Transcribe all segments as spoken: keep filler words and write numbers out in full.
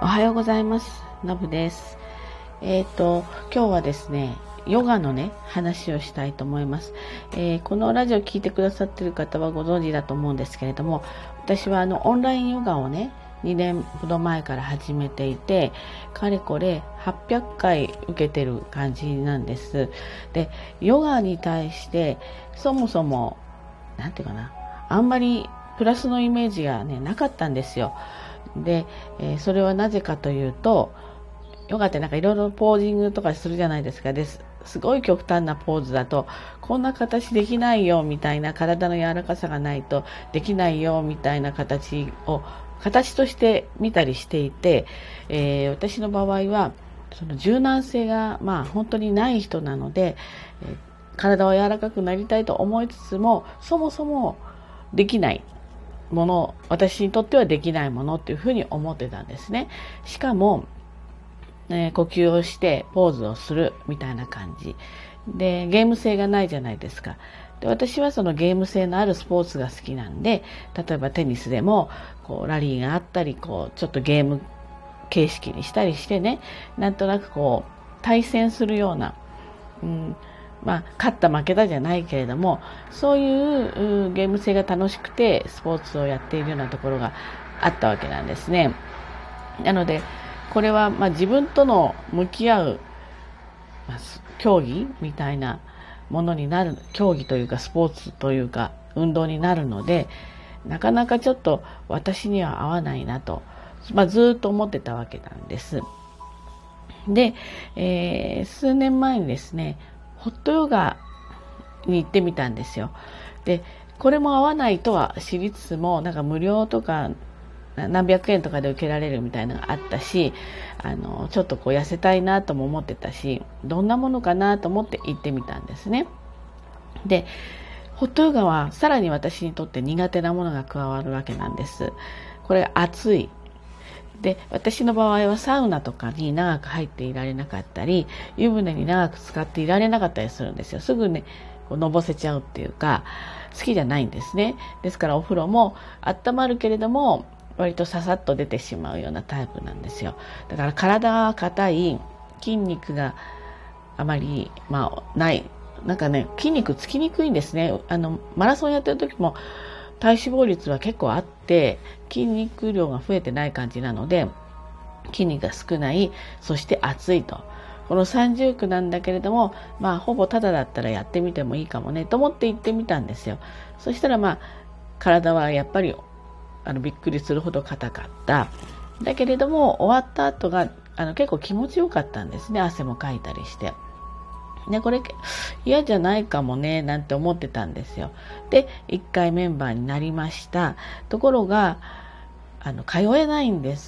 おはようございます。のぶです。えっと、今日はですね、ヨガのね、話をしたいと思います。えー、このラジオを聞いてくださっている方はご存知だと思うんですけれども、私はあの、オンラインヨガをね、にねんほど前から始めていて、かれこれはっぴゃっかい受けてる感じなんです。で、ヨガに対して、そもそも、なんていうかな、あんまりプラスのイメージがね、なかったんですよ。で、えー、それはなぜかというと、ヨガってなんかいろいろポージングとかするじゃないですか。です。すごい極端なポーズだと、こんな形できないよみたいな、体の柔らかさがないとできないよみたいな形を、形として見たりしていて、えー、私の場合は、その柔軟性がまあ本当にない人なので、えー、体を柔らかくなりたいと思いつつも、そもそもできないもの、私にとってはできないものっていうふうに思ってたんですね。しかも、えー、呼吸をしてポーズをするみたいな感じで、ゲーム性がないじゃないですか。で、私はそのゲーム性のあるスポーツが好きなんで、例えばテニスでもこうラリーがあったり、こうちょっとゲーム形式にしたりしてね、なんとなくこう対戦するような、うん、まあ、勝った負けたじゃないけれども、そういうゲーム性が楽しくてスポーツをやっているようなところがあったわけなんですね。なので、これはまあ自分との向き合う、まあ、競技みたいなものになる、競技というかスポーツというか運動になるので、なかなかちょっと私には合わないなと、まあ、ずっと思ってたわけなんです。で、えー、数年前にですね、ホットヨガに行ってみたんですよ。で、これも合わないとは知りつつも、なんか無料とか何百円とかで受けられるみたいなのがあったし、あのちょっとこう痩せたいなとも思ってたし、どんなものかなと思って行ってみたんですね。で、ホットヨガはさらに私にとって苦手なものが加わるわけなんです。これ暑い。で、私の場合はサウナとかに長く入っていられなかったり、湯船に長く使っていられなかったりするんですよ。すぐね、こうのぼせちゃうっていうか、好きじゃないんですね。ですからお風呂も温まるけれども、割とささっと出てしまうようなタイプなんですよ。だから体が硬い、筋肉があまり、まあ、ない。なんかね、筋肉つきにくいんですね。あの、マラソンやってる時も、体脂肪率は結構あって、筋肉量が増えてない感じなので、筋肉が少ない、そして暑いと。この三重苦なんだけれども、まあ、ほぼただだったらやってみてもいいかもね、と思って行ってみたんですよ。そしたらまあ、体はやっぱり、あの、びっくりするほど硬かった。だけれども、終わった後が、あの、結構気持ちよかったんですね。汗もかいたりして。ね、これ嫌じゃないかもねなんて思ってたんですよ。で、いっかいメンバーになりました。ところがあの通えないんです。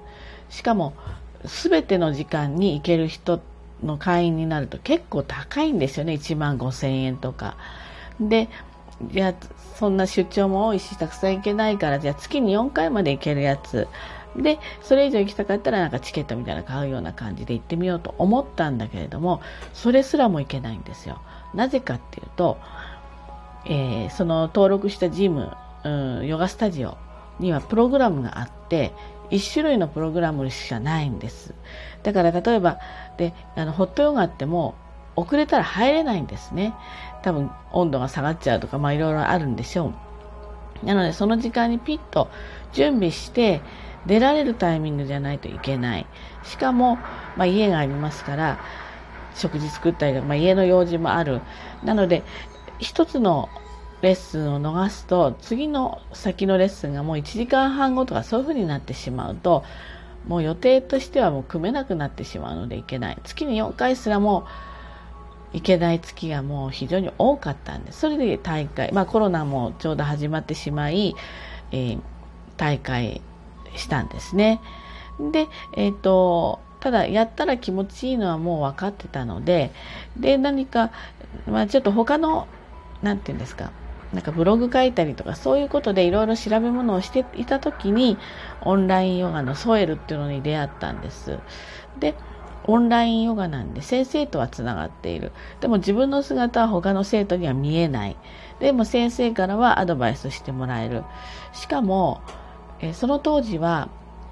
しかも全ての時間に行ける人の会員になると結構高いんですよね。いちまんごせんえんとかで、いやそんな出張も多いしたくさん行けないから、じゃあ月によんかいまで行けるやつで、それ以上行きたかったらなんかチケットみたいなの買うような感じで行ってみようと思ったんだけれども、それすらも行けないんですよ。なぜかっていうと、えー、その登録したジム、うん、ヨガスタジオにはプログラムがあって、一種類のプログラムしかないんです。だから例えばで、あのホットヨガってもう遅れたら入れないんですね。多分温度が下がっちゃうとか、まあいろいろあるんでしょう。なのでその時間にピッと準備して出られるタイミングじゃないといけない。しかも、まあ、家がありますから食事作ったりとか、まあ、家の用事もある。なので一つのレッスンを逃すと次の先のレッスンがもういちじかんはんごとかそういう風になってしまうと、もう予定としてはもう組めなくなってしまうのでいけない。月によんかいすらもいけない月がもう非常に多かったんです。それで大会、まあコロナもちょうど始まってしまい、えー、大会したんですね。で、えっと、ただやったら気持ちいいのはもう分かってたので、で、何か、まあちょっと他の、なんていうんですか、なんかブログ書いたりとかそういうことでいろいろ調べ物をしていた時に、オンラインヨガのソエルっていうのに出会ったんです。で、オンラインヨガなんで先生とはつながっている。でも自分の姿は他の生徒には見えない。でも先生からはアドバイスしてもらえる。しかも、えその当時は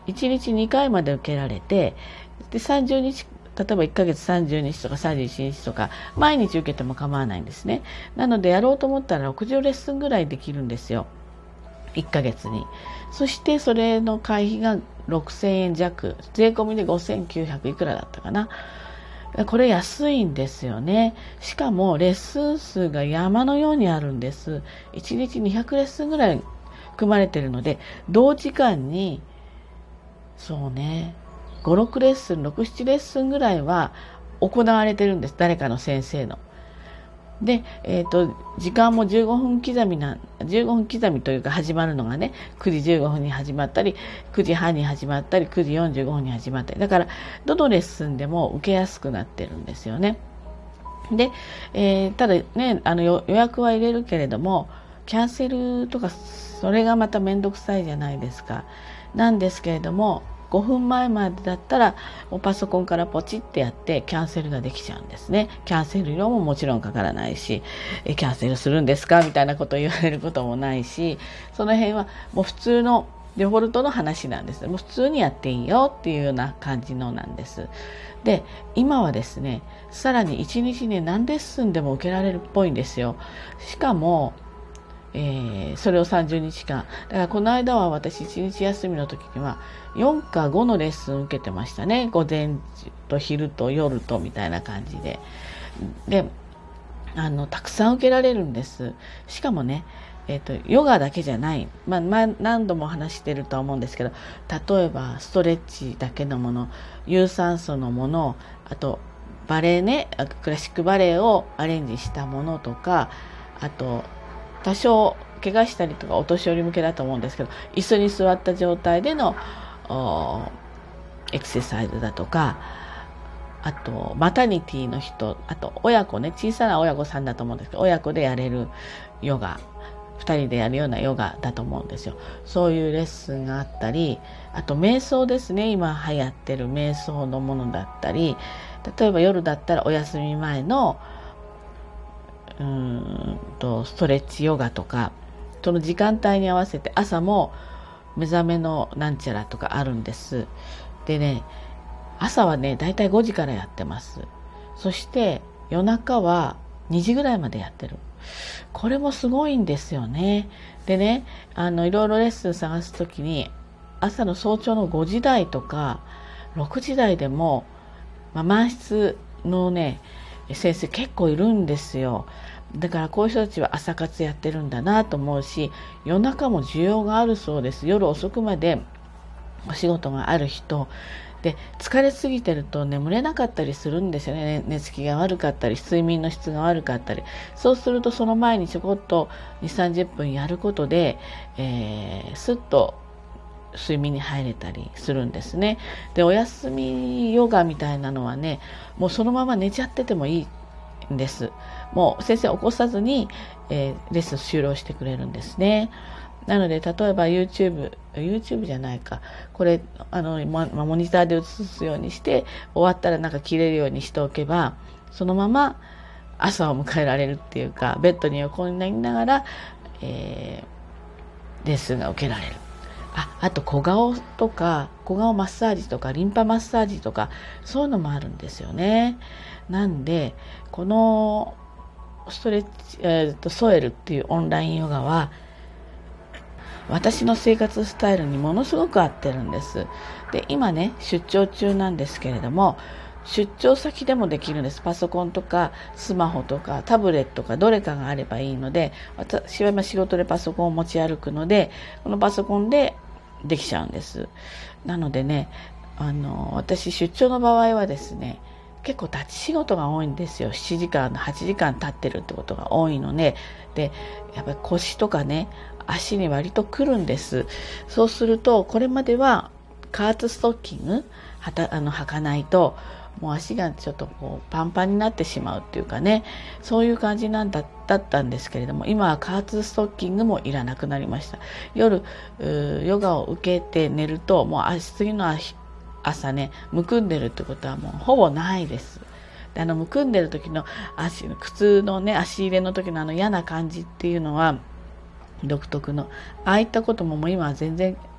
いちにちにかいまで受けられて、でさんじゅうにち、例えばいっかげつさんじゅうにちとかさんじゅういちにちとか毎日受けても構わないんですね。なのでやろうと思ったらろくじゅうレッスンぐらいできるんですよ、いっかげつに。そしてそれの会費がろくせんえん弱、税込みでごせんきゅうひゃくいくらだったかな。これ安いんですよね。しかもレッスン数が山のようにあるんです。いちにちにひゃくレッスンぐらい組まれてるので、同時間にそうねご、ろくレッスン、ろく、ななレッスンぐらいは行われてるんです。誰かの先生の。で、えっと、時間もじゅうごふん刻みな、じゅうごふん刻みというか始まるのがね、くじじゅうごふんに始まったり、くじはんに始まったり、くじよんじゅうごふんに始まったり。だから、どのレッスンでも受けやすくなってるんですよね。で、えー、ただね、あの予約は入れるけれども、キャンセルとか、それがまためんどくさいじゃないですか。なんですけれども、ごふんまえまでだったらパソコンからポチってやってキャンセルができちゃうんですね。キャンセル料ももちろんかからないし、えキャンセルするんですかみたいなことを言われることもないし、その辺はもう普通のデフォルトの話なんです。もう普通にやっていいよっていうような感じのなんです。で、今はですね、さらにいちにちね何レッスンでも受けられるっぽいんですよ。しかもえー、それをさんじゅうにちかん。だからこの間は私いちにち休みの時にはよんかごのレッスン受けてましたね。午前と昼と夜とみたいな感じで。で、あのたくさん受けられるんです。しかもね、えーと、ヨガだけじゃない、まあ、まあ、何度も話してるとは思うんですけど、例えばストレッチだけのもの、有酸素のもの、あとバレエね、クラシックバレエをアレンジしたものとか、あと多少怪我したりとかお年寄り向けだと思うんですけど、椅子に座った状態でのエクササイズだとか、あとマタニティの人、あと親子ね、小さな親子さんだと思うんですけど、親子でやれるヨガ、ふたりでやるようなヨガだと思うんですよ。そういうレッスンがあったり、あと瞑想ですね、今流行ってる瞑想のものだったり、例えば夜だったらお休み前のうーんとストレッチヨガとか、その時間帯に合わせて朝も目覚めのなんちゃらとかあるんです。でね、朝はねだいたいごじからやってます。そして夜中はにじぐらいまでやってる。これもすごいんですよね。でね、あのいろいろレッスン探すときに朝の早朝のごじ台とかろくじ台でも、まあ、満室のね先生結構いるんですよ。だからこういう人たちは朝活やってるんだなと思うし、夜中も需要があるそうです。夜遅くまでお仕事がある人で、疲れすぎてると眠れなかったりするんですよね。寝つきが悪かったり、睡眠の質が悪かったり。そうするとその前にちょこっとにじゅう、さんじゅっぷんやることで、えー、スッと睡眠に入れたりするんですね。で、お休みヨガみたいなのはね、もうそのまま寝ちゃっててもいいんです。もう先生起こさずに、えー、レッスン終了してくれるんですね。なので例えば YouTube、YouTube じゃないか、これあの、ま、モニターで映すようにして終わったらなんか切れるようにしておけば、そのまま朝を迎えられるっていうか、ベッドに横になりながら、えー、レッスンが受けられる。あ, あと小顔とか小顔マッサージとかリンパマッサージとか、そういうのもあるんですよね。なんでこのストレッチ、えー、とソエルっていうオンラインヨガは私の生活スタイルにものすごく合ってるんです。で、今ね出張中なんですけれども、出張先でもできるんです。パソコンとかスマホとかタブレットかどれかがあればいいので、私は今仕事でパソコンを持ち歩くので、このパソコンでできちゃうんです。なのでね、あの私出張の場合はですね、結構立ち仕事が多いんですよ。しちじかんはちじかん立ってるってことが多いので、でやっぱり腰とかね足に割とくるんです。そうするとこれまでは加圧ストッキングはたあの履かないともう足がちょっとこうパンパンになってしまうっていうかね、そういう感じなんだだったんですけれども、今は加圧ストッキングもいらなくなりました。夜ヨガを受けて寝るともう足次の朝ねむくんでるってことはもうほぼないです。で、あのむくんでる時の足の苦痛のね足入れの時のあの嫌な感じっていうのは独特の、ああいったことももう今は全然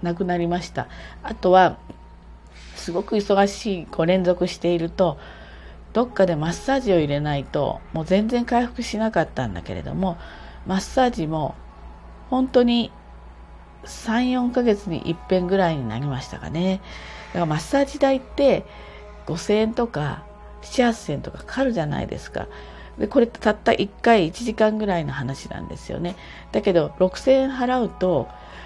なくなりました。あとはすごく忙しいこう連続しているとどっかでマッサージを入れないともう全然回復しなかったんだけれども、マッサージも本当にさん、よんかげつに一遍ぐらいになりましたかね。だからマッサージ代ってごせんえんとかなな、はっせんえんとかかかるじゃないですか。でこれたったいっかいいちじかんぐらいの話なんですよね。だけどろくせんえん払うと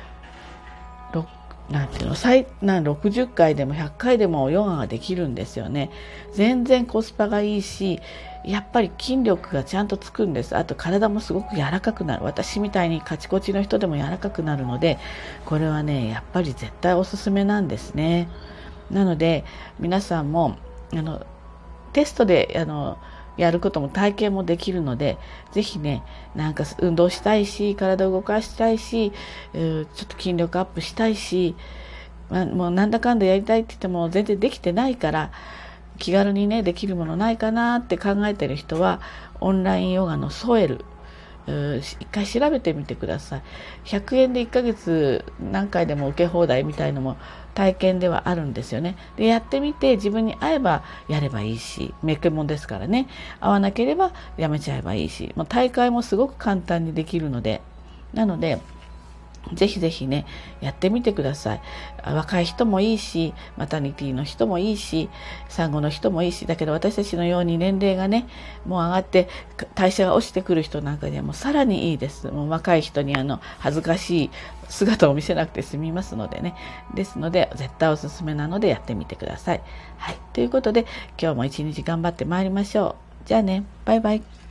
なんていうの最なんろくじゅっかいでもひゃっかいでもヨガができるんですよね。全然コスパがいいし、やっぱり筋力がちゃんとつくんです。あと体もすごく柔らかくなる。私みたいにカチコチの人でも柔らかくなるので、これはねやっぱり絶対おすすめなんですね。なので皆さんもあのテストであのやることも体験もできるので、ぜひねなんか運動したいし、体を動かしたいし、ちょっと筋力アップしたいし、まあ、もうなんだかんだやりたいって言っても全然できてないから気軽にねできるものないかなって考えてる人はオンラインヨガのソエル一回調べてみてください。ひゃくえんでいっかげつ何回でも受け放題みたいのも体験ではあるんですよね。でやってみて自分に合えばやればいいし、メケモンですからね、合わなければやめちゃえばいいし、もう大会もすごく簡単にできるので、なのでぜひぜひねやってみてください。若い人もいいし、マタニティの人もいいし、産後の人もいいし、だけど私たちのように年齢がねもう上がって代謝が落ちてくる人なんかにはもうさらにいいです。もう若い人にあの恥ずかしい姿を見せなくて済みますのでね。ですので絶対おすすめなのでやってみてください。はい、ということで今日も一日頑張ってまいりましょう。じゃあね、バイバイ。